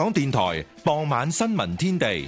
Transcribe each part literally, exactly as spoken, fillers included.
港電台傍晚新聞天地。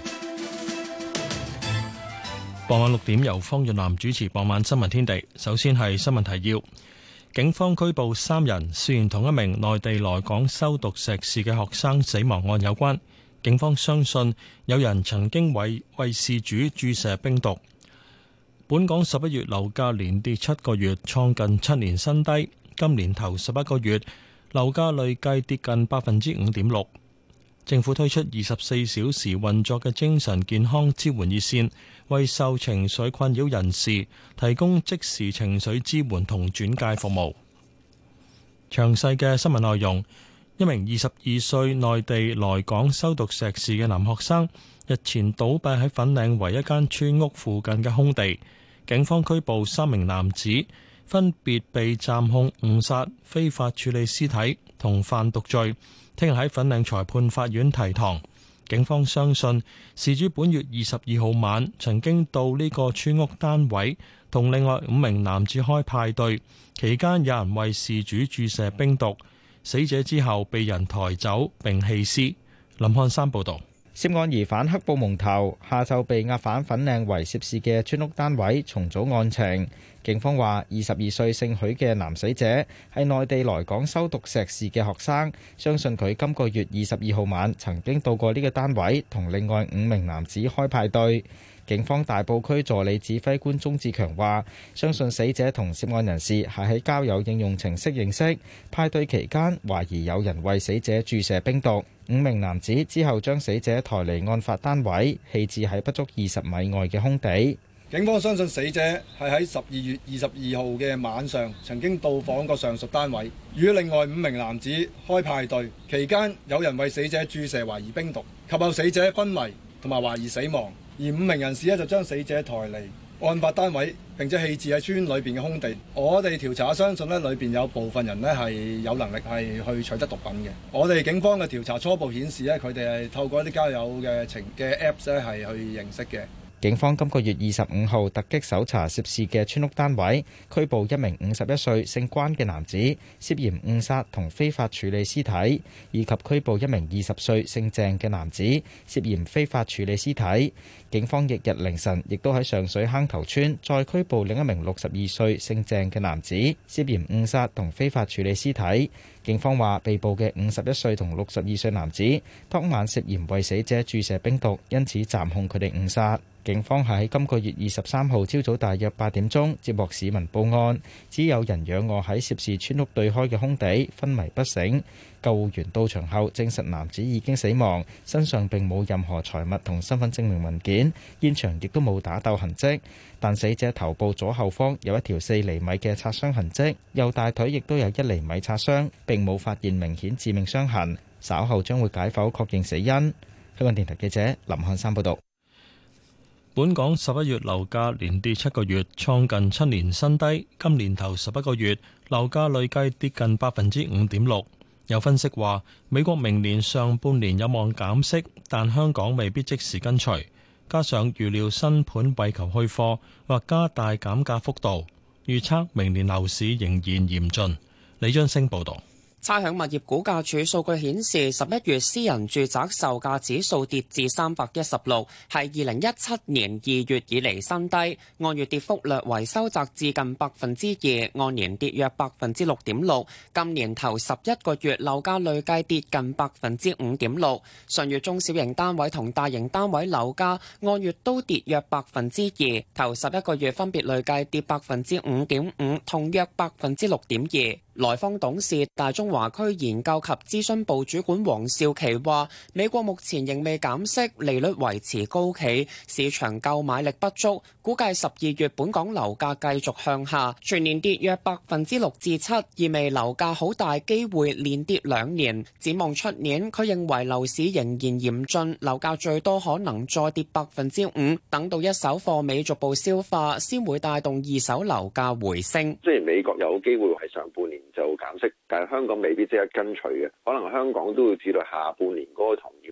傍晚六點由方潤南主持傍晚新聞天地。首先係新聞提要。警方拘捕三人，涉嫌同一名內地來港修讀碩士嘅學生死亡案有關。警方相信有人曾經為為事主注射冰毒。本港十一月樓價連跌七個月，創近七年新低。今年頭十一個月，樓價累計跌近百分之五點六。政府推出二十四小時運作嘅精神健康支援熱線，為受情緒困擾人士提供即時情緒支援同轉介服務。詳細嘅新聞內容，一名二十二歲內地來港修讀碩士嘅男學生，日前倒斃喺粉嶺圍一間村屋附近嘅空地。警方拘捕三名男子，分別被暫控誤殺、非法處理屍體同販毒罪。聽日喺粉嶺裁判法院提堂。警方相信事主本月二十二號晚曾經到呢個村屋單位同另外五名男子開派對，期間有人為事主注射冰毒，死者之後被人抬走並棄屍。林漢山報導。 涉案疑犯黑布蒙頭，下晝被押返粉嶺圍涉事嘅村屋單位重組案情。警方話，二十二歲姓許嘅男死者係內地來港修讀碩士嘅學生，相信佢今個月二十二號晚曾經到過呢個單位，同另外五名男子開派對。警方大埔區助理指揮官鍾志強話，相信死者同涉案人士係喺交友應用程式認識，派對期間懷疑有人為死者注射冰毒。五名男子之後將死者抬離案發單位，棄置喺不足二十米外嘅空地。 警方相信死者係喺十二月二十二號嘅晚上曾經到訪過上述單位，與另外五名男子開派對，期間有人為死者注射懷疑冰毒，及後死者昏迷同埋懷疑死亡，而五名人士呢就將死者抬離案發單位，並且棄置喺村裏邊嘅空地。我哋調查相信呢裏邊有部分人呢係有能力係去取得毒品嘅。我哋警方嘅調查初步顯示呢，佢哋係透過一啲交友嘅情嘅 Apps 呢係去認識嘅。 警方今個月二十五號突擊搜查涉事嘅村屋單位，拘捕一名五十一歲姓關嘅男子，涉嫌誤殺同非法處理屍體，以及拘捕一名二十歲姓鄭嘅男子，涉嫌非法處理屍體。警方翌日凌晨亦都喺上水坑頭村再拘捕另一名六十二歲姓鄭嘅男子，涉嫌誤殺同非法處理屍體。警方話，被捕嘅五十一歲同六十二歲男子當晚涉嫌為死者注射冰毒，因此暫控佢哋誤殺。警方係喺今個月二十三號朝早大約八點鐘接獲市民報案，指有人仰臥喺涉事村屋對開嘅空地，昏迷不醒。救護員到場後證實男子已經死亡，身上並冇任何財物同身份證明文件，現場亦都冇打鬥痕跡。但死者頭部左後方有一條四厘米嘅擦傷痕跡，右大腿亦都有一厘米擦傷，並冇發現明顯致命傷痕。稍後將會解剖確認死因。香港電台記者林漢山報道。 本港十一月樓價連跌七個月，創近七年新低。今年頭十一個月，樓價累計跌近百分之五點六。有分析話，美國明年上半年有望減息，但香港未必即時跟隨。加上預料新盤為求去貨或加大減價幅度，預測明年樓市仍然嚴峻。李津升報導。 差餉物業估價署數據顯示，十一月私人住宅售價指數跌至三百一十六，係二零一七年二月以嚟新低，按月跌幅略為收窄至近百分之二，按年跌約百分之六點六。今年頭十一個月樓價累計跌近百分之五點六。上月中小型單位同大型單位樓價按月都跌約百分之二，頭十一個月分別累計跌百分之五點五同約百分之六點二。萊坊董事、大中華區研究及諮詢部主管黃少琪話：美國目前仍未減息，利率維持高企，市場購買力不足，估計十二月本港樓價繼續向下，全年跌約百分之六至七，意味樓價好大機會連跌兩年。展望出年，佢認為樓市仍然嚴峻，樓價最多可能再跌百分之五，等到一手貨尾逐步消化，先會帶動二手樓價回升。 雖然美國有機會係上半年就減息，但係香港未必即刻跟隨嘅，可能香港都要至到下半年嗰個同業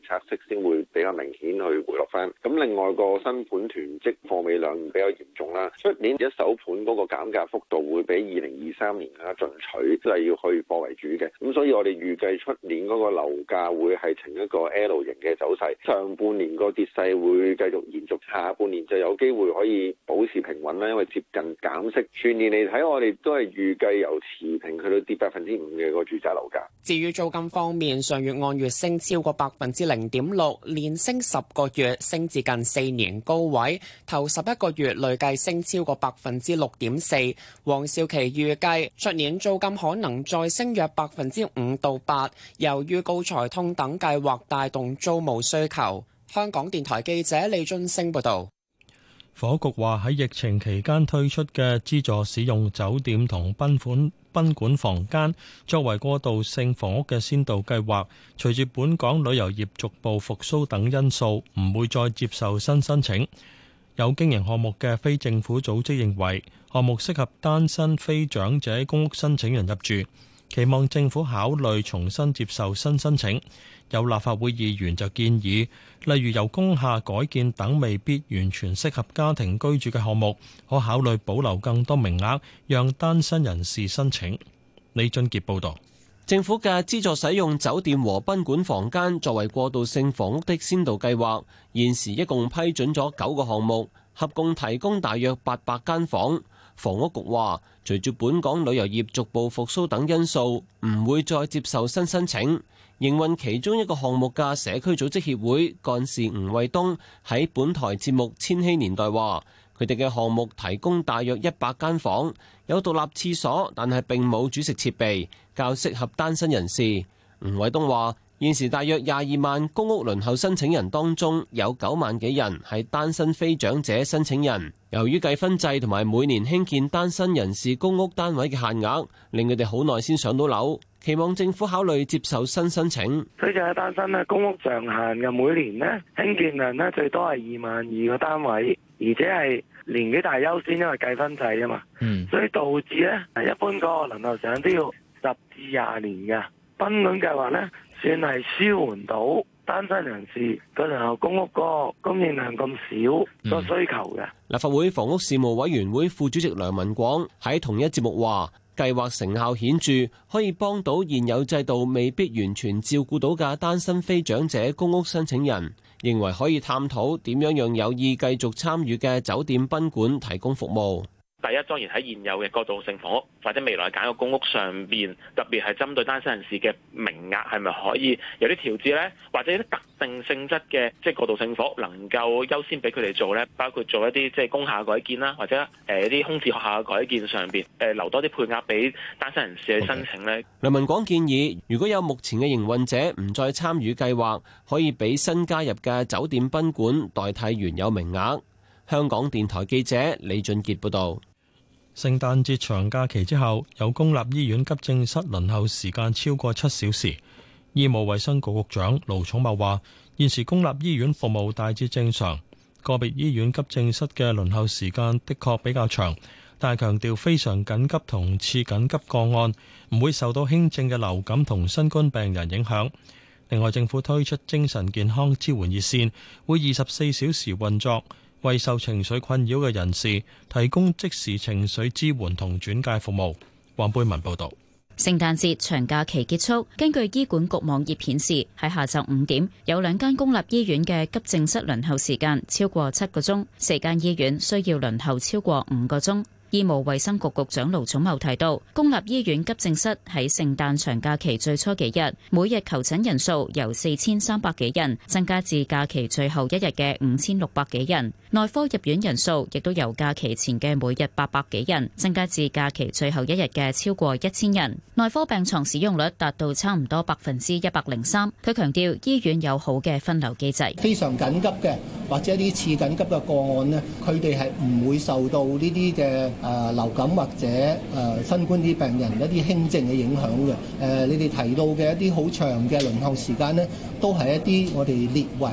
拆息先會比較明顯去回落翻。咁另外個新盤囤積貨尾量比較嚴重啦，出年一手盤嗰個減價幅度會比二零二三年更加進取，都係要去貨為主嘅。咁所以我哋預計出年嗰個樓價會係呈一個 L 型嘅走勢，上半年個跌勢會繼續延續，下半年就有機會可以保持平穩啦，因為接近減息。全年嚟睇，我哋都係預計由持平去到跌百分之五嘅個住宅樓價。 至於租金方面，上月按月升超過百分之零點六，連升十個月，升至近四年高位。頭十一個月累計升超過百分之六點四。黃少琪預計出年租金可能再升約百分之五到八，由於高才通等計劃帶動租務需求。香港電台記者李津升報導。 房屋局話喺疫情期間推出嘅資助使用酒店同賓館賓館房間作為過渡性房屋嘅先導計劃，隨住本港旅遊業逐步復甦等因素，唔會再接受新申請。有經營項目嘅非政府組織認為，項目適合單身非長者公屋申請人入住，期望政府考慮重新接受新申請。有立法會議員就建議，例如由工廈改建等未必完全適合家庭居住嘅項目，可考慮保留更多名額，讓單身人士申請。李俊傑報導。 政府嘅資助使用酒店和賓館房間作為過渡性房屋的先導計劃，現時一共批准咗九個項目，合共提供大約八百間房。房屋局話，隨住本港旅遊業逐步復甦等因素，唔會再接受新申請。營運其中一個項目嘅社區組織協會幹事吳衛東喺本台節目《千禧年代》話，佢哋嘅項目提供大約一百間房，有獨立廁所，但係並冇煮食設備，較適合單身人士。吳衛東話，現時大約廿二萬公屋輪候申請人當中，有九萬幾人係單身非長者申請人。由於計分制同埋每年興建單身人士公屋單位嘅限額，令佢哋好耐先上到樓。期望政府考慮接受新申請。 推就係單身咧，公屋上限嘅每年咧興建量咧最多係二萬二個單位，而且係年紀大優先，因為計分制啊嘛。嗯，所以導致咧一般嗰個輪候上都要十至廿年嘅。賓館計劃咧算係舒緩到單身人士個輪候公屋個供應量咁少個需求嘅。 立法會房屋事務委員會副主席梁文廣喺同一節目話，計劃成效顯著，可以幫到現有制度未必完全照顧到嘅單身非長者公屋申請人，認為可以探討點樣讓有意繼續參與嘅酒店賓館提供服務。 第一，當然喺現有嘅過渡性房屋或者未來揀個公屋上邊，特別係針對單身人士嘅名額係咪可以有啲調節呢？或者一啲特定性質嘅即係過渡性房屋能夠優先俾佢哋做呢？包括做一啲即係工廈改建啦，或者誒一啲空置學校嘅改建上邊誒留多啲配額俾單身人士去申請呢。Okay. 梁文廣建議，如果有目前嘅營運者唔再參與計劃，可以俾新加入嘅酒店賓館代替原有名額。香港電台記者李俊傑報導。 聖誕節長假期之後，有公立醫院急症室輪候時間超過七小時。醫務衛生局局長盧寵茂話，現時公立醫院服務大致正常，個別醫院急症室嘅輪候時間的確比較長，但係強調非常緊急同次緊急個案唔會受到輕症嘅流感同新冠病人影響。另外，政府推出精神健康支援熱線，會二十四小時運作，為受情緒困擾嘅人士提供即時情緒支援同轉介服務。黃貝文報道。 聖誕節長假期結束，根據醫管局網頁顯示，喺下晝五點有兩間公立醫院嘅急症室輪候時間超過七個鐘，四間醫院需要輪候超過五個鐘。醫務衛生局局長盧寵茂提到，公立醫院急症室喺聖誕長假期最初幾日，每日求診人數由四千三百幾人增加至假期最後一日嘅五千六百幾人。內科入院人數亦都由假期前嘅每日八百幾人增加至假期最後一日嘅超過一千人。內科病床使用率達到差唔多百分之一百零三。佢強調醫院有好嘅分流機制， 非常緊急嘅或者啲次緊急嘅個案呢，佢哋係唔會受到呢啲嘅誒流感或者誒新冠啲病人一啲輕症嘅影響嘅。誒，你哋提到嘅一啲好長嘅輪候時間呢，都係一啲我哋列為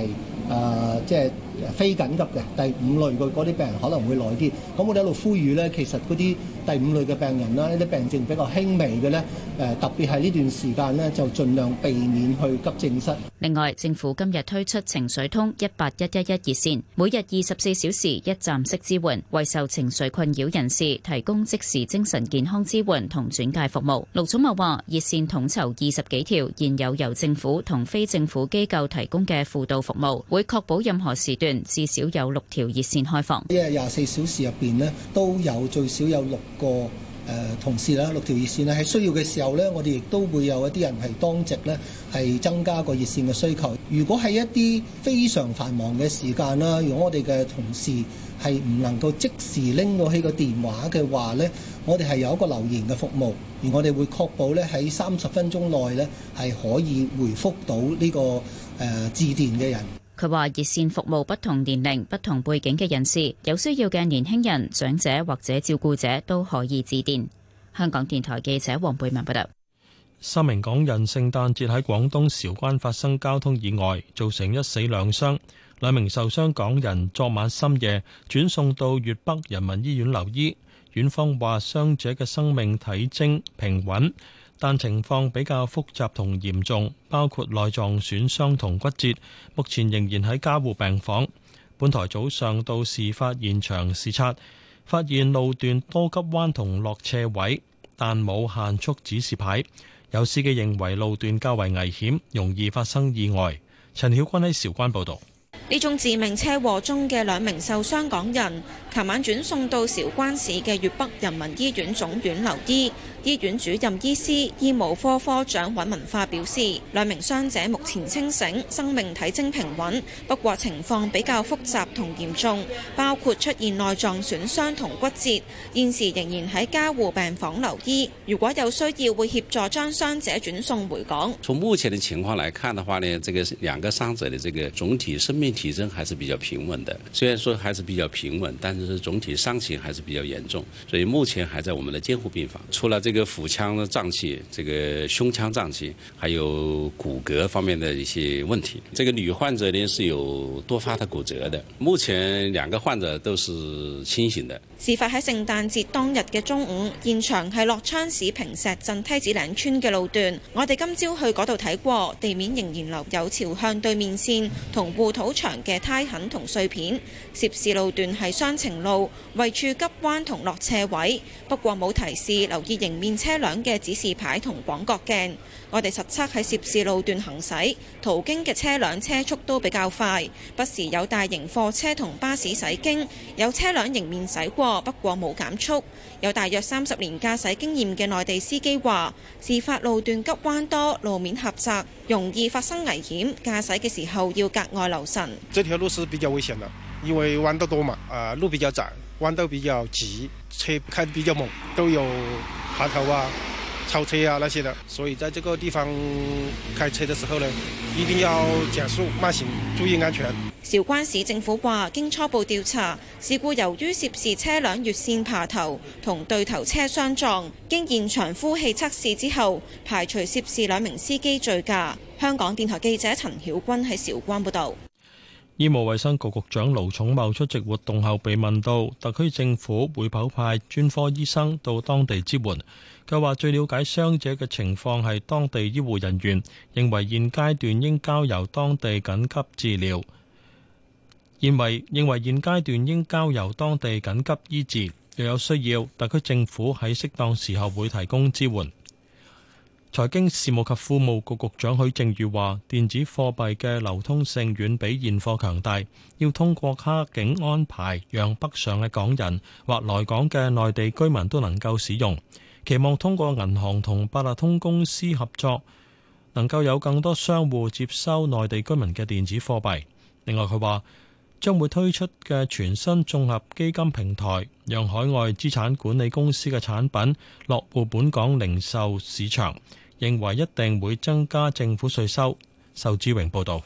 誒即係非緊急嘅第五類嘅嗰啲病人可能會耐啲。咁我哋喺度呼籲咧，其實嗰啲第五類嘅病人啦，呢啲病症比較輕微嘅咧，誒特別係呢段時間咧，就盡量避免去急症室。 另外，政府今日推出情緒通一八一一一熱線，每日二十四小時一站式支援，為受情緒困擾人士提供即時精神健康支援同轉介服務。盧寵茂話：熱線統籌二十幾條現有由政府同非政府機構提供嘅輔導服務，會確保任何時段至少有六條熱線開放。 一日廿四小時入邊呢，都有最少有六個。誒、呃、同事啦，六條熱線咧，喺需要嘅時候呢，我哋亦都會有一啲人係當值呢，係增加個熱線嘅需求。如果係一啲非常繁忙嘅時間啦，如果我哋嘅同事係唔能夠即時拎到起個電話嘅話呢，我哋係有一個留言嘅服務，而我哋會確保呢喺三十分鐘內呢係可以回覆到呢、這個誒、呃、致電嘅人。 佢話熱線服務不同年齡、不同背景嘅人士，有需要嘅年輕人、長者或者照顧者都可以致電。香港電台記者黃貝文報道。 三名港人聖誕節喺廣東韶關發生交通意外，造成一死兩傷，兩名受傷港人昨晚深夜轉送到粵北人民醫院留醫。院方話傷者嘅生命體徵平穩，但情況比較複雜同嚴重，包括內臟損傷同骨折，目前仍然喺加護病房。本台早上到事發現場視察，發現路段多急彎同落斜位，但冇限速指示牌。有司機認為路段較為危險，容易發生意外。陳曉君喺韶關報導。 呢宗致命車禍中嘅兩名受傷港人，琴晚轉送到韶關市嘅粵北人民醫院總院留醫。醫院主任醫師、醫務科科長尹文化表示，兩名傷者目前清醒，生命體徵平穩，不過情況比較複雜同嚴重，包括出現內臟損傷同骨折，現時仍然喺加護病房留醫。如果有需要，會協助將傷者轉送回港。 從目前的情況來看的話呢，這個兩個傷者的這個總體生命體徵還是比較平穩的，雖然說還是比較平穩，但是總體傷情還是比較嚴重，所以目前還在我們的監護病房。除了這個腹腔的臟器、這個胸腔臟器，還有骨骼方面的一些問題。這個女患者呢是有多發的骨折的，目前兩個患者都是清醒的。 事發喺聖誕節當日嘅中午，現場係樂昌市坪石鎮梯子嶺村嘅路段。我哋今朝去嗰度睇過，地面仍然留有朝向對面線同護土牆嘅胎痕同碎片。涉事路段係雙程路，位處急彎同落斜位，不過冇提示留意迎面車輛嘅指示牌同廣角鏡。我哋實測喺涉事路段行駛，途經嘅車輛車速都比較快，不時有大型貨車同巴士駛經，有車輛迎面駛過，不過冇減速。有大約三十年駕駛經驗嘅內地司機話，事發路段急彎多，路面狹窄，容易發生危險，駕駛嘅時候要格外留神。 這條路是比較危險的，因為彎道多嘛，啊路比較窄，彎道比較急，車開得比較猛，都有爬頭啊、超車啊那些的，所以在這個地方開車的時候呢，一定要減速慢行，注意安全。 韶關市政府話，經初步調查，事故由於涉事車輛越線爬頭同對頭車相撞，經現場呼氣測試之後，排除涉事兩名司機醉駕。香港電台記者陳曉君喺韶關報導。 醫務衛生局局長盧寵茂出席活動後被問到，特區政府會否派專科醫生到當地支援。佢話最了解傷者嘅情況係當地醫護人員，認為現階段應交由當地緊急治療，認為認為現階段應交由當地緊急醫治，若有需要，特區政府喺適當時候會提供支援。財經事務及庫務局局長許正宇話，電子貨幣嘅流通性遠比現貨強大，要通過跨境安排，讓北上嘅港人或來港嘅內地居民都能夠使用。期望通過銀行同八達通公司合作，能夠有更多商戶接收內地居民嘅電子貨幣。另外，佢話將會推出嘅全新綜合基金平台，讓海外資產管理公司嘅產品落戶本港零售市場，認為一定會增加政府稅收。仇志榮報導。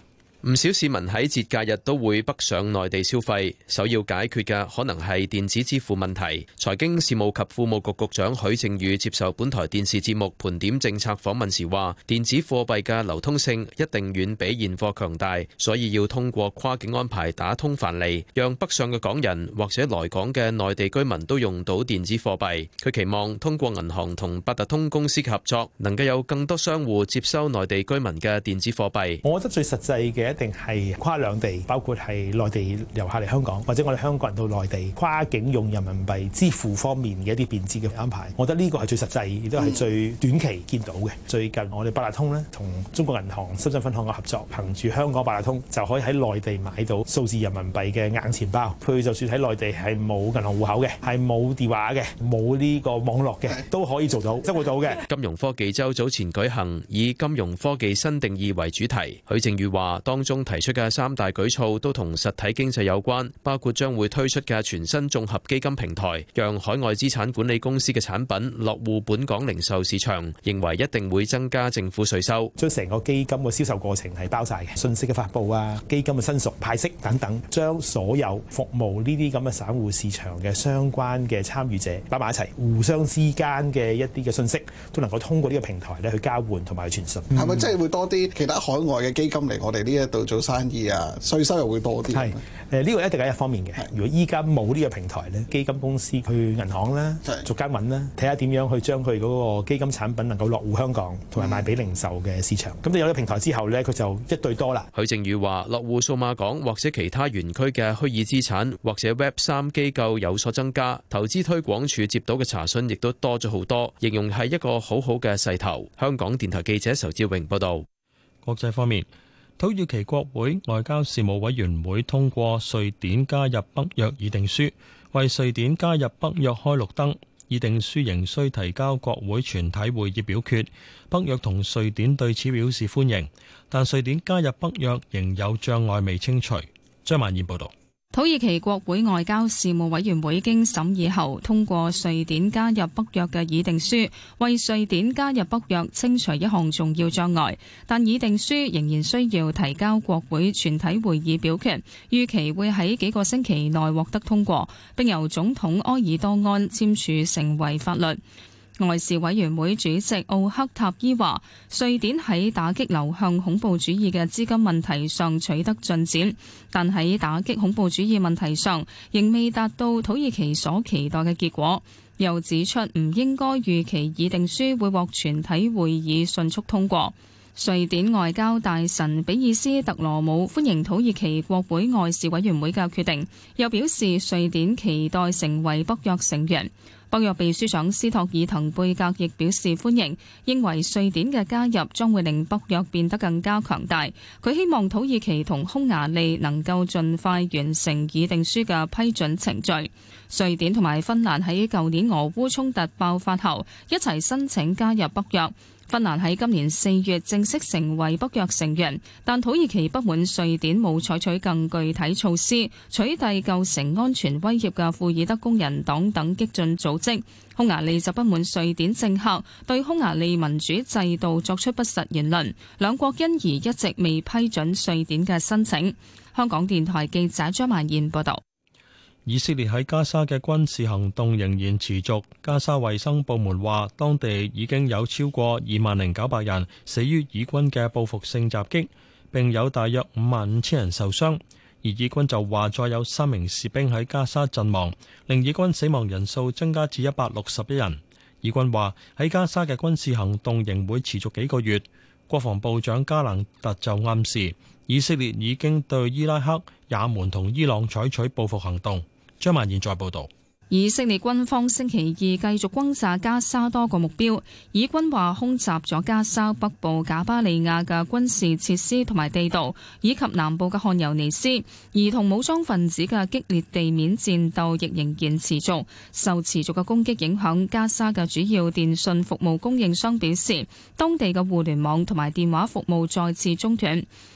唔少市民喺節假日都會北上內地消費，首要解決嘅可能係電子支付問題。財經事務及庫務局局長許正宇接受本台電視節目盤點政策訪問時話，電子貨幣嘅流通性一定遠比現貨強大，所以要通過跨境安排打通藩籬，讓北上嘅港人或者來港嘅內地居民都用到電子貨幣。佢期望通過銀行同八達通公司嘅合作，能夠有更多商戶接收內地居民嘅電子貨幣。 我覺得最實際嘅一定係跨兩地，包括係內地遊客嚟香港，或者我哋香港人到內地跨境用人民幣支付方面嘅一啲便捷嘅安排。我覺得呢個係最實際，亦都係最短期見到嘅。最近我哋八達通呢，同中國銀行深圳分行嘅合作，憑住香港八達通就可以喺內地買到數字人民幣嘅硬錢包。佢就算喺內地係冇銀行戶口嘅，係冇電話嘅，冇呢個網絡嘅，都可以做到，生活到嘅。 金融科技周早前舉行，以金融科技新定義為主題。許正宇話，當中提出嘅三大舉措都同實體經濟有關，包括將會推出嘅全新綜合基金平台，讓海外資產管理公司嘅產品落戶本港零售市場，認為一定會增加政府稅收。 將成個基金嘅銷售過程係包晒嘅，信息嘅發布啊，基金嘅申贖、派息等等，將所有服務呢啲咁嘅散戶市場嘅相關嘅參與者擺埋一齊，互相之間嘅一啲嘅信息都能夠通過呢個平台咧去交換同埋去傳信。 係咪即係會多啲其他海外嘅基金嚟我哋呢一度做生意啊？稅收又會多啲。 係誒，呢個一定係一方面嘅。如果依家冇呢個平台咧，基金公司去銀行啦，逐間揾啦，睇下點樣去將佢嗰個基金產品能夠落戶香港，同埋賣俾零售嘅市場。咁你有咗平台之後咧，佢就一對多啦。 許正宇話：落戶數碼港或者其他園區嘅虛擬資產或者 Web 三機構有所增加，投資推廣署接到嘅查詢亦都多咗好多，形容係一個好好嘅勢頭。香港電台記者仇志榮報導。 國際方面，土耳其國會外交事務委員會通過瑞典加入北約議定書，為瑞典加入北約開綠燈。議定書仍需提交國會全體會議表決。北約同瑞典對此表示歡迎，但瑞典加入北約仍有障礙未清除。張曼燕報導。 土耳其國會外交事務委員會經審議後通過瑞典加入北約嘅議定書，為瑞典加入北約清除一項重要障礙，但議定書仍然需要提交國會全體會議表決，預期會喺幾個星期內獲得通過，並由總統埃爾多安簽署成為法律。外事委員會主席奧克塔伊話，瑞典喺打擊流向恐怖主義嘅資金問題上取得進展，但喺打擊恐怖主義問題上仍未達到土耳其所期待嘅結果。又指出唔應該預期議定書會獲全體會議迅速通過。瑞典外交大臣比爾斯特羅姆歡迎土耳其國會外事委員會嘅決定，又表示瑞典期待成為北約成員。北約秘書長斯托爾滕貝格亦表示歡迎，認為瑞典嘅加入將會令北約變得更加強大。佢希望土耳其同匈牙利能夠盡快完成議定書嘅批准程序。瑞典同埋芬蘭喺舊年俄烏衝突爆發後一齊申請加入北約。芬蘭喺今年四月正式成為北約成員，但土耳其不滿瑞典冇採取更具體措施取締構成安全威脅嘅庫爾德工人黨等激進組織。匈牙利就不滿瑞典政客對匈牙利民主制度作出不實言論，兩國因而一直未批准瑞典嘅申請。香港電台記者張曼燕報道。 以色列喺加沙嘅軍事行動仍然持續。加沙衛生部門話，當地已經有超過二萬零九百人死於以軍嘅報復性襲擊，並有大約五萬五千人受傷。而以軍就話，再有三名士兵喺加沙陣亡，令以軍死亡人數增加至一百六十一人。以軍話喺加沙嘅軍事行動仍會持續幾個月。國防部長加蘭特就暗示，以色列已經對伊拉克、也門同伊朗採取報復行動。張曼燕再報道。 以色列軍方星期二繼續轟炸加沙多個目標，以軍話空襲咗加沙北部賈巴利亞嘅軍事設施同埋地道，以及南部嘅漢尤尼斯。而同武裝分子嘅激烈地面戰鬥亦仍然持續。受持續嘅攻擊影響，加沙嘅主要電信服務供應商表示，當地嘅互聯網同埋電話服務再次中斷。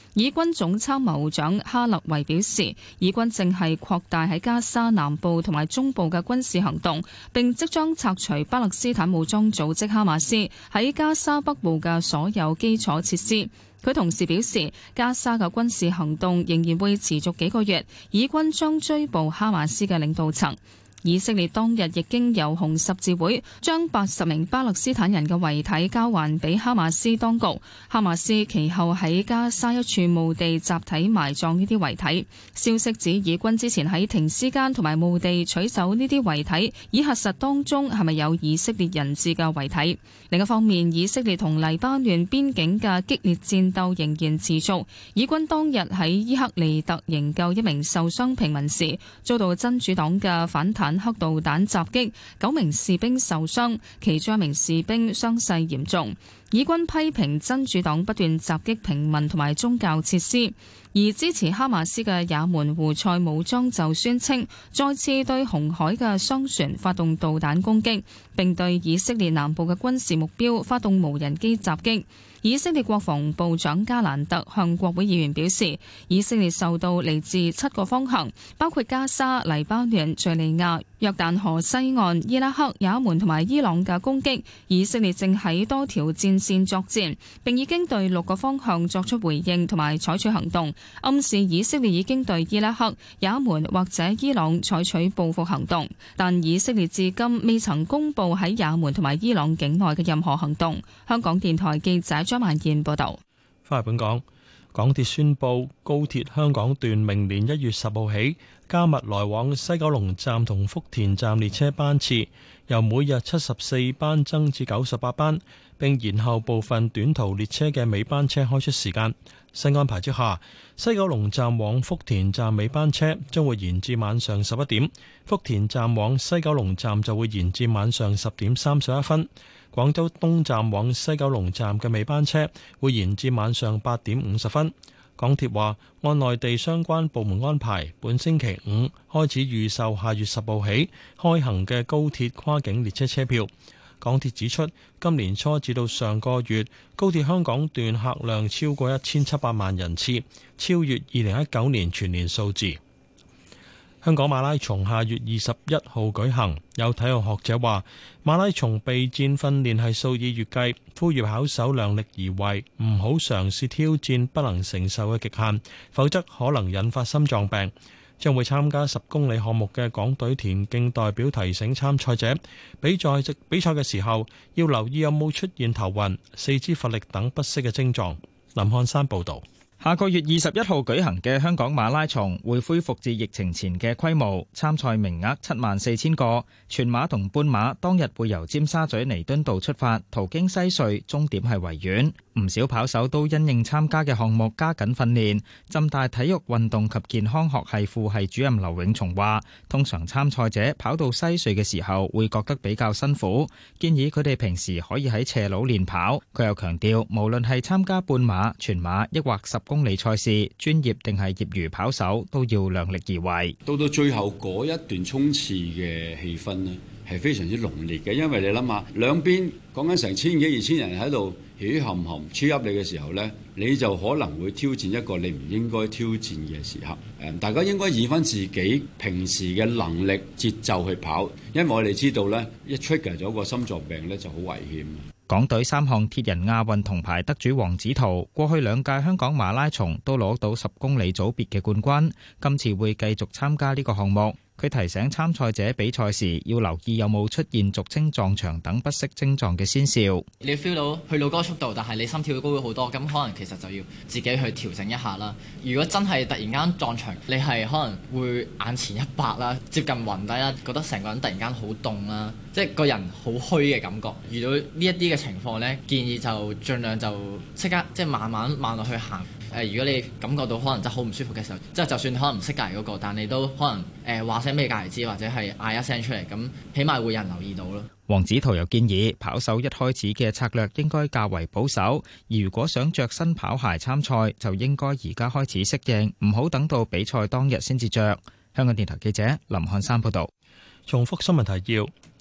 以軍總參謀長哈勒維表示，以軍正係擴大喺加沙南部同埋中部嘅軍事行動，並即將拆除巴勒斯坦武裝組織哈馬斯喺加沙北部嘅所有基礎設施。佢同時表示，加沙嘅軍事行動仍然會持續幾個月，以軍將追捕哈馬斯嘅領導層。以色列當日亦經由紅十字會將八十名巴勒斯坦人嘅遺體交還俾哈馬斯當局。哈馬斯其後喺加沙一處墓地集體埋葬呢啲遺體。消息指以軍之前喺停屍間同埋墓地取走呢啲遺體，以核實當中係咪有以色列人質嘅遺體。另一方面，以色列同黎巴嫩邊境嘅激烈戰鬥仍然持續。以軍當日喺伊克利特營救一名受傷平民時，遭到真主黨嘅反彈坦克導彈襲擊，九名士兵受傷，其中一名士兵傷勢嚴重。以軍批評真主黨不斷襲擊平民同埋宗教設施，而支持哈馬斯嘅也門胡塞武裝就宣稱再次對紅海嘅商船發動導彈攻擊，並對以色列南部嘅軍事目標發動無人機襲擊。以色列國防部長加蘭特向國會議員表示，以色列受到嚟自七個方向，包括加沙、黎巴嫩、敘利亞、約旦河西岸、伊拉克、也門同埋伊朗嘅攻擊。以色列正喺多條戰線作戰，並已經對六個方向作出回應同埋採取行動，暗示以色列已經對伊拉克、也門或者伊朗採取報復行動。但以色列至今未曾公布喺也門同埋伊朗境內嘅任何行動。香港電台記者張萬燕報道。 翻嚟本港，港鐵宣布高鐵香港段明年一月十號起加密來往西九龍站同福田站列車班次，由每日七十四班增至九十八班，並延後部分短途列車嘅尾班車開出時間。新安排之下，西九龍站往福田站尾班車將會延至晚上十一點，福田站往西九龍站就會延至晚上十點三十一分。廣州東站往西九龍站嘅尾班車會延至晚上八點五十分。港鐵話，按內地相關部門安排，本星期五開始預售下月十號起開行嘅高鐵跨境列車車票。港鐵指出，今年初至到上個月，高鐵香港段客量超過一千七百萬人次，超越二零一九年全年數字。香港馬拉松下月二十一號舉行，有體育學者話，馬拉松備戰訓練係數以月計，呼籲跑手量力而為，唔好嘗試挑戰不能承受嘅極限，否則可能引發心臟病。將會參加十公里項目嘅港隊田徑代表提醒參賽者，比賽即比賽嘅時候要留意有冇出現頭暈、四肢乏力等不適嘅症狀。林漢山報導。 下個月二十一號舉行嘅香港馬拉松會恢復至疫情前嘅規模，參賽名額七萬四千個。全馬同半馬當日會由尖沙咀彌敦道出發，途經西隧，終點係維園。唔少跑手都因應參加嘅項目加緊訓練。浸大體育運動及健康學系副系主任劉永松話，通常參賽者跑到西隧嘅時候會覺得比較辛苦，建議佢哋平時可以喺斜路練跑。佢又強調，無論係參加半馬、全馬抑或十公里賽事，專業定係業餘跑手都要量力而為。到到最後嗰一段衝刺嘅氣氛呢，係非常之濃烈嘅，因為你諗下，兩邊講緊成千幾二千人喺度起冚冚超入你嘅時候呢，你就可能會挑戰一個你唔應該挑戰嘅時刻。誒，大家應該以翻自己平時嘅能力節奏去跑，因為我哋知道呢，一 trigger 咗個心臟病呢就好危險。港隊三項鐵人亞運銅牌得主黃子圖，過去兩屆香港馬拉松都攞到十公里組別嘅冠軍，今次會繼續參加呢個項目。佢提醒參賽者比賽時要留意有冇出現俗稱撞牆等不適症狀嘅先兆。 你 feel 到去到嗰個速度，但係你心跳高咗好多，咁可能其實就要自己去調整一下啦。如果真係突然間撞牆，你係可能會眼前一白啦，接近暈低啦，覺得成個人突然間好凍啦，即係個人好虛嘅感覺。遇到呢一啲嘅情況呢，建議就盡量就即刻即係慢慢慢落去行。誒，如果你感覺到可能真係好唔舒服嘅時候，即係就算可能唔識隔離嗰個，但你都可能誒話聲俾隔離知，或者係嗌一聲出嚟，咁起碼會有人留意到咯。 黃子圖又建議跑手一開始嘅策略應該較為保守，而如果想着新跑鞋參賽，就應該而家開始適應，唔好等到比賽當日先至着。香港電台記者林漢山報導。 重複新聞提要。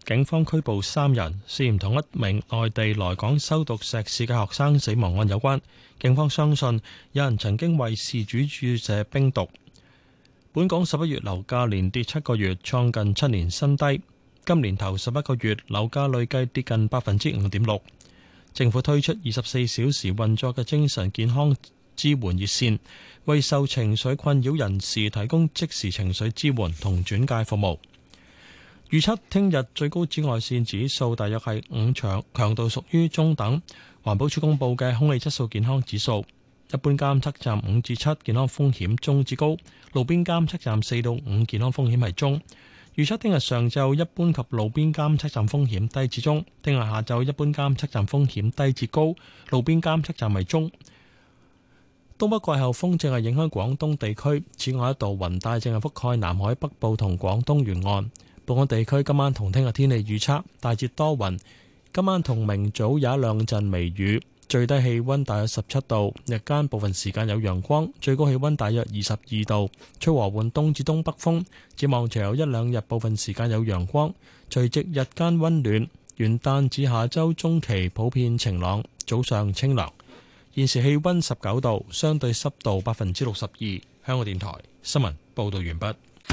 警方拘捕三人，涉嫌同一名內地來港修讀碩士嘅學生死亡案有關。警方相信有人曾經為事主注射冰毒。本港十一月樓價連跌七個月，創近七年新低。今年頭十一個月樓價累計跌近百分之五點六。政府推出二十四小時運作嘅精神健康支援熱線，為受情緒困擾人士提供即時情緒支援同轉介服務。預測聽日最高紫外線指數大約係五，強強度屬於中等。環保署公布嘅空氣質素健康指數，一般監測站五至七，健康風險中至高；路邊監測站四到五，健康風險係中。預測聽日上晝一般及路邊監測站風險低至中，聽日下晝一般監測站風險低至高，路邊監測站係中。東北季候風正係影響廣東地區，此外一道雲帶正係覆蓋南海北部同廣東沿岸。本港地區今晚同聽日天氣預測大致多雲，今晚同明早有一兩陣微雨，最低氣溫大約十七度，日間部分時間有陽光，最高氣溫大約二十二度，吹和緩東至東北風。展望隨後一兩日部分時間有陽光，隨即日間溫暖，元旦至下周中期普遍晴朗，早上清涼。現時氣溫十九度，相對濕度百分之六十二。香港電台新聞報道完畢。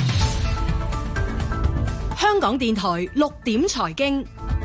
香港電台六點財經，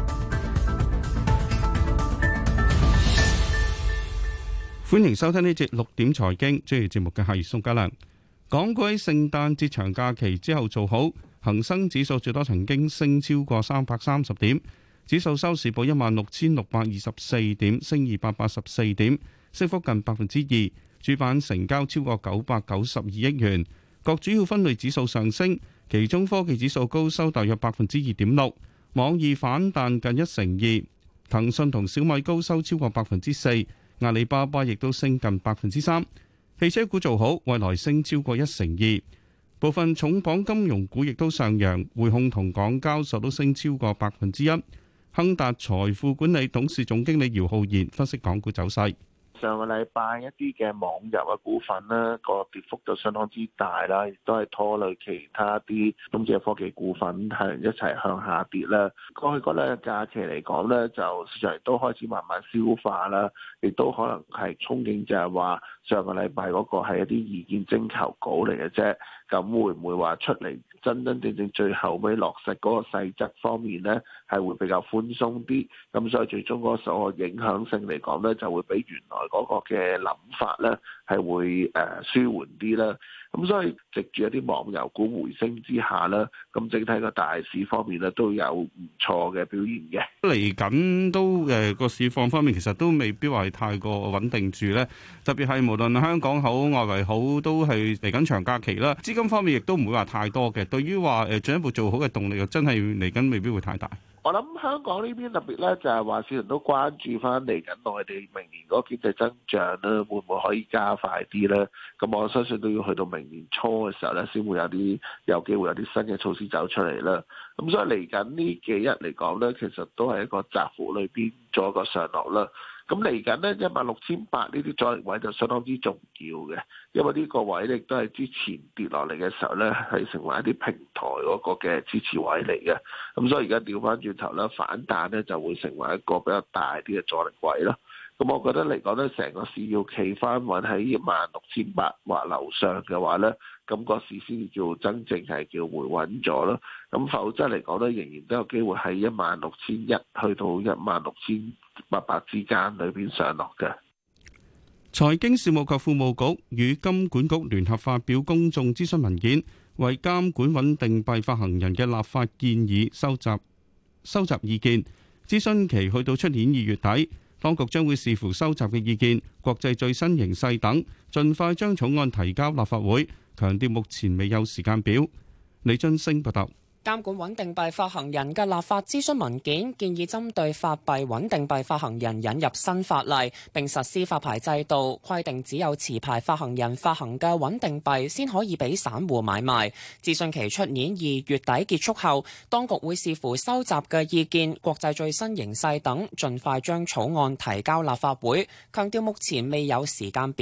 歡迎收聽呢節六點財經。主持節目嘅係宋家良。港股喺聖誕節長假期之後做好，恒生指數最多曾經升超過三百三十點，指數收市報一萬六千六百二十四點，升二百八十四點，升幅近百分之二。主板成交超過九百九十二億元，各主要分類指數上升。其中科技指數高收大約百分之二點六，網易反彈近一成二，騰訊同小米高收超過百分之四，阿里巴巴亦都升近百分之三。汽車股做好，蔚來升超過一成二，部分重磅金融股亦都上揚，匯控同港交所都升超過百分之一。亨達財富管理董事總經理姚浩然分析港股走勢。 上個禮拜一啲嘅網遊嘅股份呢，個跌幅就相當之大啦，亦都係拖累其他啲中資科技股份係一齊向下跌啦。過去嗰兩日假期嚟講呢，就市場亦都開始慢慢消化啦，亦都可能係憧憬就係話上個禮拜嗰個係一啲意見徵求稿嚟嘅啫。咁會唔會話出嚟真真正正最後尾落實嗰個細則方面呢，係會比較寬鬆啲？咁所以最終嗰個影響性嚟講呢，就會比原來嗰個嘅諗法呢係會誒舒緩啲啦。咁所以藉住一啲網遊股回升之下呢，咁整體個大市方面呢都有唔錯嘅表現嘅。 嚟緊都誒個市況方面，其實都未必話係太過穩定住咧。特別係無論香港好、外圍好，都係嚟緊長假期啦。資金方面亦都唔會話太多嘅。對於話誒進一步做好嘅動力，又真係嚟緊未必會太大。 我諗香港呢邊特別咧，就係話市場都關注翻嚟緊內地明年嗰個經濟增長咧，會唔會可以加快啲咧？咁我相信都要去到明年初嘅時候咧，先會有啲有機會有啲新嘅措施走出嚟啦。咁所以嚟緊呢幾日嚟講咧，其實都係一個窄幅裏邊做一個上落啦。咁嚟緊呢，一萬六千八呢啲阻力位就相當之重要嘅，因為呢個位亦都係之前跌落嚟嘅時候呢，係成為一啲平台嗰個嘅支持位嚟嘅。咁所以而家調翻轉頭咧，反彈呢就會成為一個比較大啲嘅阻力位咯。咁我覺得嚟講呢，成個市要企翻穩喺一萬六千八或樓上嘅話呢，咁個市先叫真正係叫回穩咗咯。咁否則嚟講呢，仍然都有機會喺一萬六千一去到一萬六千八百之間裏邊上落嘅。 財經事務及庫務局與金管局聯合發表公眾諮詢文件，為監管穩定幣發行人嘅立法建議收集收集意見。諮詢期去到出年二月底，當局將會視乎收集嘅意見、國際最新形勢等，盡快將草案提交立法會。強調目前未有時間表。李津升報道。 監管穩定幣發行人嘅立法諮詢文件建議針對發幣穩定幣發行人引入新法例，並實施發牌制度，規定只有持牌發行人發行嘅穩定幣先可以俾散戶買賣。諮詢期出年二月底結束後，當局會視乎收集嘅意見、國際最新形勢等，盡快將草案提交立法會。強調目前未有時間表。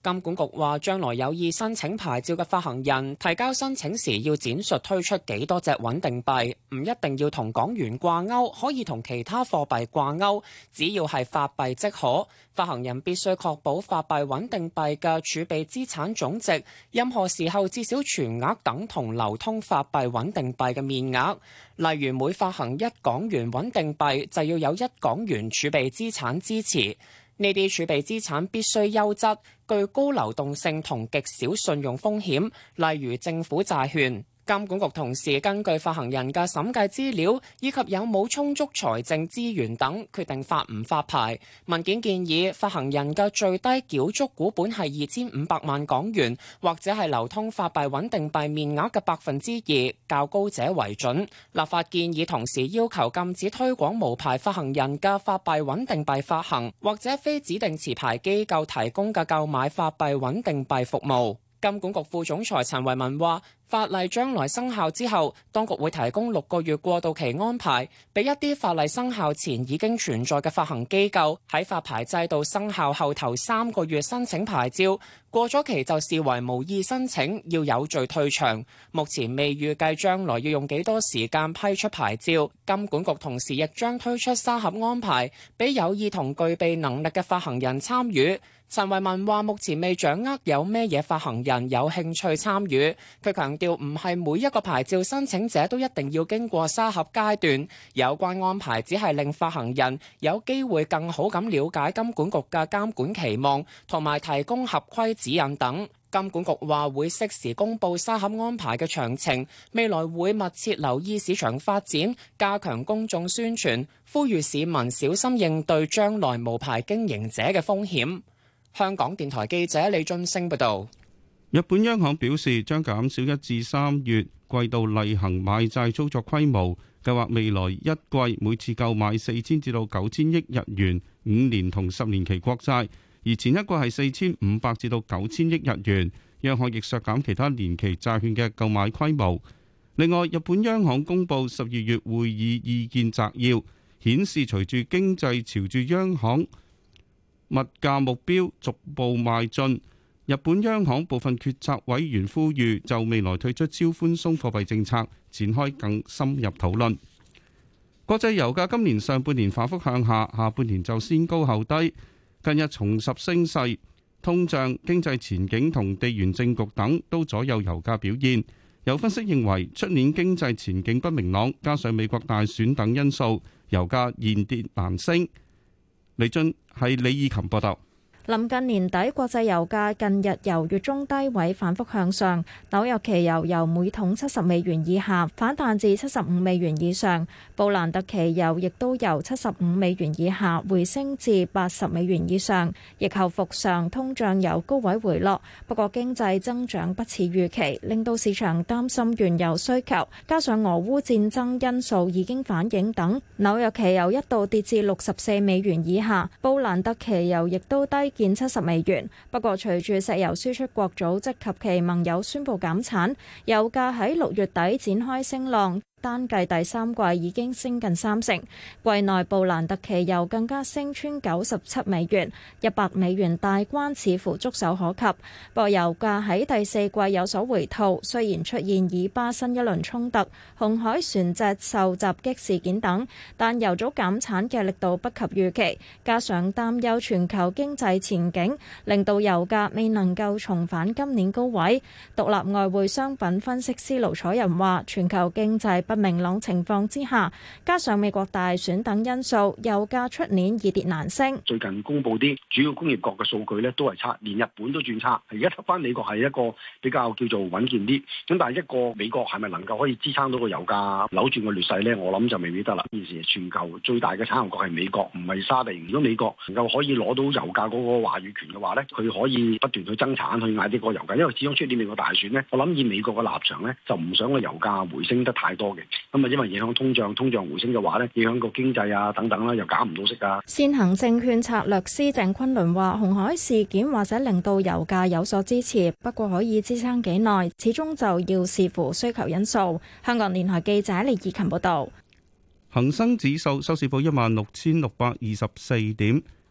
金管局話，將來有意申請牌照嘅發行人提交申請時，要展述推出幾多隻穩定幣，唔一定要同港元掛鈎，可以同其他貨幣掛鈎，只要係法幣即可。發行人必須確保法幣穩定幣嘅儲備資產總值，任何時候至少全額等同流通法幣穩定幣嘅面額。例如每發行一港元穩定幣，就要有一港元儲備資產支持。呢啲儲備資產必須優質，具高流動性同極少信用風險，例如政府債券。金管局同時根據發行人嘅審計資料以及有冇充足財政資源等，決定發唔發牌。文件建議發行人嘅最低繳足股本係二千五百萬港元，或者係流通法幣穩定幣面額嘅百分之二，較高者為準。立法建議同時要求禁止推廣無牌發行人嘅法幣穩定幣發行，或者非指定持牌機構提供嘅購買法幣穩定幣服務。金管局副總裁陳維文話，法例將來生效之後，當局會提供六個月過渡期安排，俾一啲法例生效前已經存在嘅發行機構喺發牌制度生效後頭三個月申請牌照，過咗期就視為無意申請，要有序退場。目前未預計將來要用幾多時間批出牌照。金管局同時亦將推出沙盒安排，俾有意同具備能力嘅發行人參與。陳維文話：目前未掌握有咩嘢發行人有興趣參與。佢強調唔係每一個牌照申請者都一定要經過沙盒階段，有關安排只係令發行人有機會更好咁了解金管局嘅監管期望，同埋提供合規指引等。金管局話會適時公佈沙盒安排嘅詳情，未來會密切留意市場發展，加強公眾宣傳，呼籲市民小心應對將來無牌經營者嘅風險。香港電台記者李俊升報道。 日本央行表示將減少一至三月季度例行買債操作規模，計劃未來一季每次購買四千至到九千億日元五年同十年期國債，而前一季係四千五百至到九千億日元。央行亦削減其他年期債券嘅購買規模。另外，日本央行公布十二月會議意見摘要，顯示隨住經濟朝住央行物價目標逐步邁進，日本央行部分決策委員呼籲就未來退出超寬鬆貨幣政策展開更深入討論。國際油價今年上半年反覆向下，下半年就先高後低，近日重拾升勢，通脹、經濟前景同地緣政局等都左右油價表現。有分析認為，出年經濟前景不明朗，加上美國大選等因素，油價現跌難升。李俊係李以琴報道。 臨近年底，國際油價近日由月中低位反覆向上，紐約期油由每桶七十美元以下反彈至七十五美元以上，布蘭特期油亦都由七十五美元以下回升至八十美元以上。疫後復上，通脹由高位回落，不過經濟增長不似預期，令到市場擔心原油需求，加上俄烏戰爭因素已經反映等，紐約期油一度跌至六十四美元以下，布蘭特期油亦都低見七十美元。不過隨住石油輸出國組織及其盟友宣布減產，油價喺六月底展開升浪。單計第三季已經升近三成，季內布蘭特期油更加升穿九十七美元，一百美元大關似乎觸手可及。不過油價喺第四季有所回吐，雖然出現以巴新一輪衝突、紅海船隻受襲擊事件等，但油組減產嘅力度不及預期，加上擔憂全球經濟前景，令到油價未能夠重返今年高位。獨立外匯商品分析師盧楚仁話：全球經濟不明朗情況之下，加上美國大選等因素，油價出年易跌難升。 最近公布啲主要工業國嘅數據咧，都係差，連日本都轉差。而家睇翻美國係一個比較叫做穩健啲。咁但係一個美國係咪能夠可以支撐到個油價扭轉個劣勢咧？我諗就未必得啦。現時全球最大嘅產油國係美國，唔係沙地。如果美國能夠可以攞到油價嗰個話語權嘅話咧，佢可以不斷去增產去壓啲個油價。因為始終出年美國大選咧，我諗以美國嘅立場咧，就唔想個油價回升得太多。咁啊，因為影響通脹，通脹回升嘅話咧，影響個經濟啊等等啦，又減唔到息啊。 先行證券策略師鄭昆侖話：紅海事件或者令到油價有所支持，不過可以支撐幾耐，始終就要視乎需求因素。香港電台記者李以琴報道。 恒生指數收市報一萬六千六百二十四點，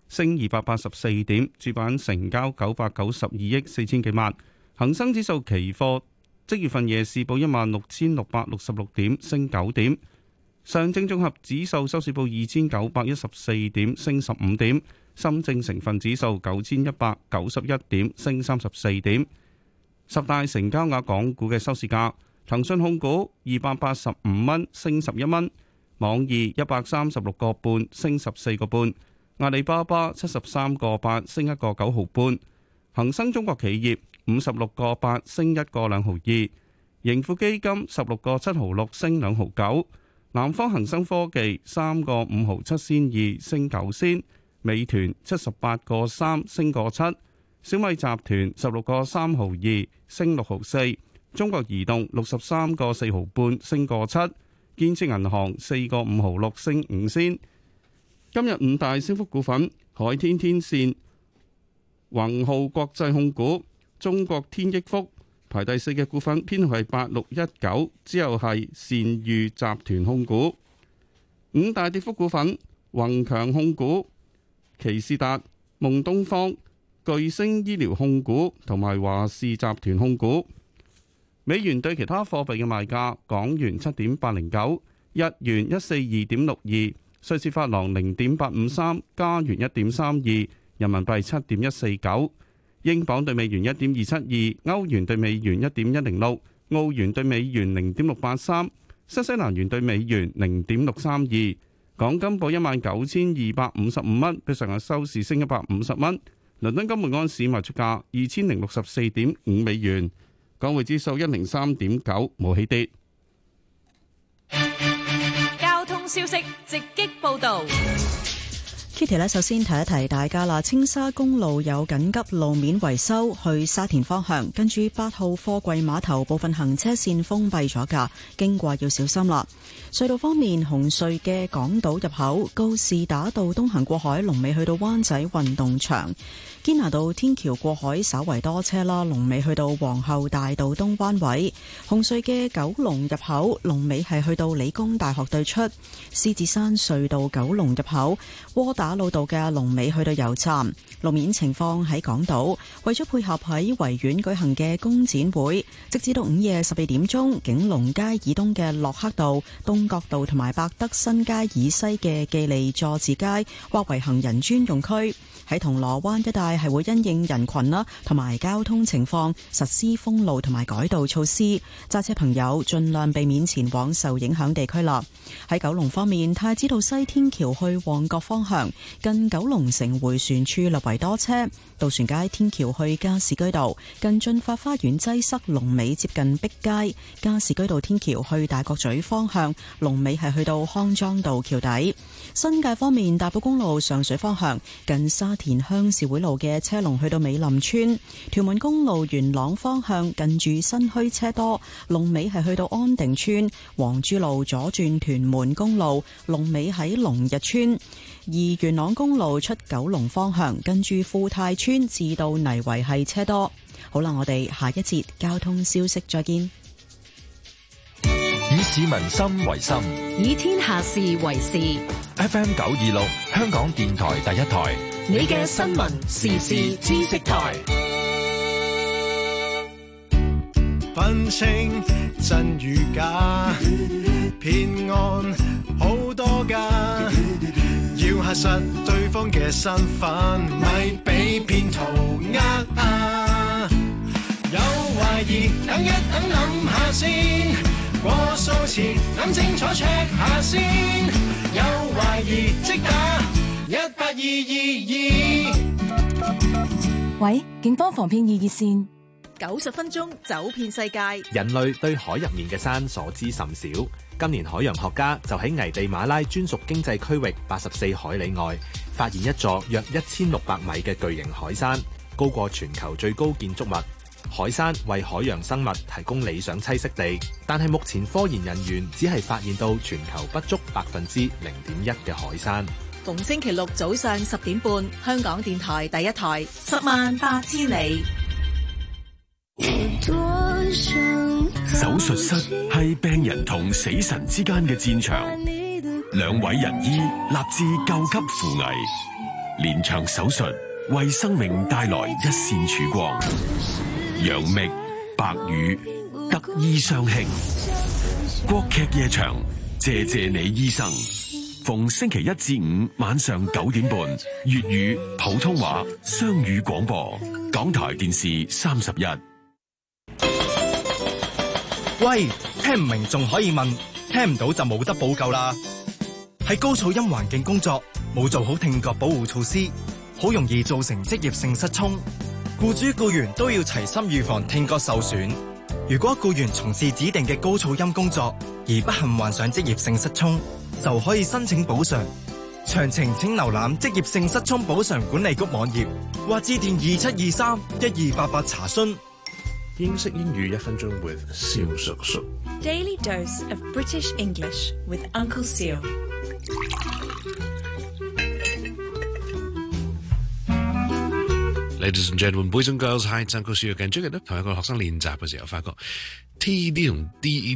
升二百八十四點，主板成交九百九十二億四千幾萬。恒生指數期貨即月份夜市報一萬六千六百六十六點，升九點。上證綜合指數收市報二千九百一十四點，升十五點。深證成分指數九千一百九十一點，升三十四點。十大成交額港股嘅收市價：騰訊控股二百八十五蚊，升十一蚊；網易一百三十六個半，升十四個半；阿里巴巴七十三個八，升一個九毫半；恒生中國企業五十六個八，升一個兩毫二；盈富基金十六個七毫六，升兩毫九；南方恒生科技三個五毫七仙二，升九仙；美團七十八個三，升個七；小米集團十六個三毫二，升六毫四；中國移動六十三個四毫半，升個七；建設銀行四個五毫六，升五仙。今日五大升幅股份：海天天線、宏浩國際控股、中國天益福。排第四嘅股份編號係八六一九，之後係善譽集團控股。五大跌幅股份：宏強控股、奇士達、夢東方、巨星醫療控股同埋華氏集團控股。美元對其他貨幣嘅賣價：港元七點八零九，日元一四二點六二，瑞士法郎零點八五三，加元一點三二，人民幣七點一四九，英鎊對美元一點二七二，歐元對美元一點一零六，澳元對美元零點六八三，新西蘭元對美元零點六三二。港金報一萬九千二百五十五蚊，比上日收市升一百五十蚊。倫敦金每安士賣出價二千零六十四點五美元，港匯指數一零三點九，冇起跌。 交通消息直擊報道。 Kitty 咧，首先提一提大家啦。青沙公路有緊急路面維修，去沙田方向，跟住八號貨櫃碼頭部分行車線封閉咗㗎，經過要小心啦。隧道方面，紅隧嘅港島入口告士打道東行過海，龍尾去到灣仔運動場；堅拿道天橋過海稍為多車啦，龍尾去到皇后大道東灣位。紅隧嘅九龍入口龍尾係去到理工大學對出。獅子山隧道九龍入口窩打老道嘅龍尾去到油站。路面情況喺港島，為咗配合喺維園舉行嘅工展會，直至到午夜十二點鐘，景隆街以東嘅駱克道、東角道同埋百德新街以西嘅記利佐治街劃為行人專用區。喺銅鑼灣一帶係會因應人群啦同埋交通情況實施封路同埋改道措施，揸車朋友盡量避免前往受影響地區啦。喺九龍方面，太子道西天橋去旺角方向近九龍城迴旋處略為多車，渡船街天橋去加士居道近駿發花園擠塞，龍尾接近碧街。加士居道天橋去大角咀方向龍尾係去到康莊道橋底。新界方面，大埔公路上水方向近沙田鄉事會路嘅車龍去到美林村。屯門公路元朗方向近住新墟車多，龍尾係去到安定村。黃珠路左轉屯門公路龍尾喺龍日村。而元朗公路出九龍方向近住富泰村至到泥圍係車多。好啦，我哋下一節交通消息再見。 以市民心為心， 以天下事為事。 F M 九二六，香港電台第一台， 你嘅新聞時事知識台。 分清真與假，騙案好多㗎，要核實對方嘅身份，咪俾騙徒呃啊！有懷疑，等一等諗下先，過數前諗清楚 check 下先，有懷疑即打一八二二二。 喂，警方防騙易熱線。九十分鐘走遍世界。 人類對海入面嘅山所知甚少。今年海洋學家就喺危地馬拉專屬經濟區域八十四海里外，發現一座約一千六百米嘅巨型海山，高過全球最高建築物。海山為海洋生物提供理想棲息地，但係目前科研人員只係發現到全球不足百分之零點一嘅海山。 逢星期六早上十點半，香港電台第一台，十萬八千里。 手術室係病人同死神之間嘅戰場，兩位仁醫立志救急扶危， 連場手術為生命帶來一線曙光。楊冪、白宇得意相慶，國劇夜場謝謝你醫生，逢星期一至五晚上九點半，粵語、普通話雙語廣播，港台電視三十一。 喂，聽唔明仲可以問，聽唔到就冇得補救啦。喺高噪音環境工作，冇做好聽覺保護措施，好容易造成職業性失聰。僱主僱員都要齊心預防聽覺受損。如果僱員從事指定嘅高噪音工作而不幸患上職業性失聰，就可以申請補償。詳情請瀏覽職業性失聰補償管理局網頁，或致電二七二三一二八八查詢。 英式英語一分鐘 with 蕭叔叔。 Daily dose of British English with Uncle Seal。 Ladies and gentlemen, boys and girls, hi, it's Uncle Seal again。最近咧同一個學生練習嘅時候，發覺 T D 同 D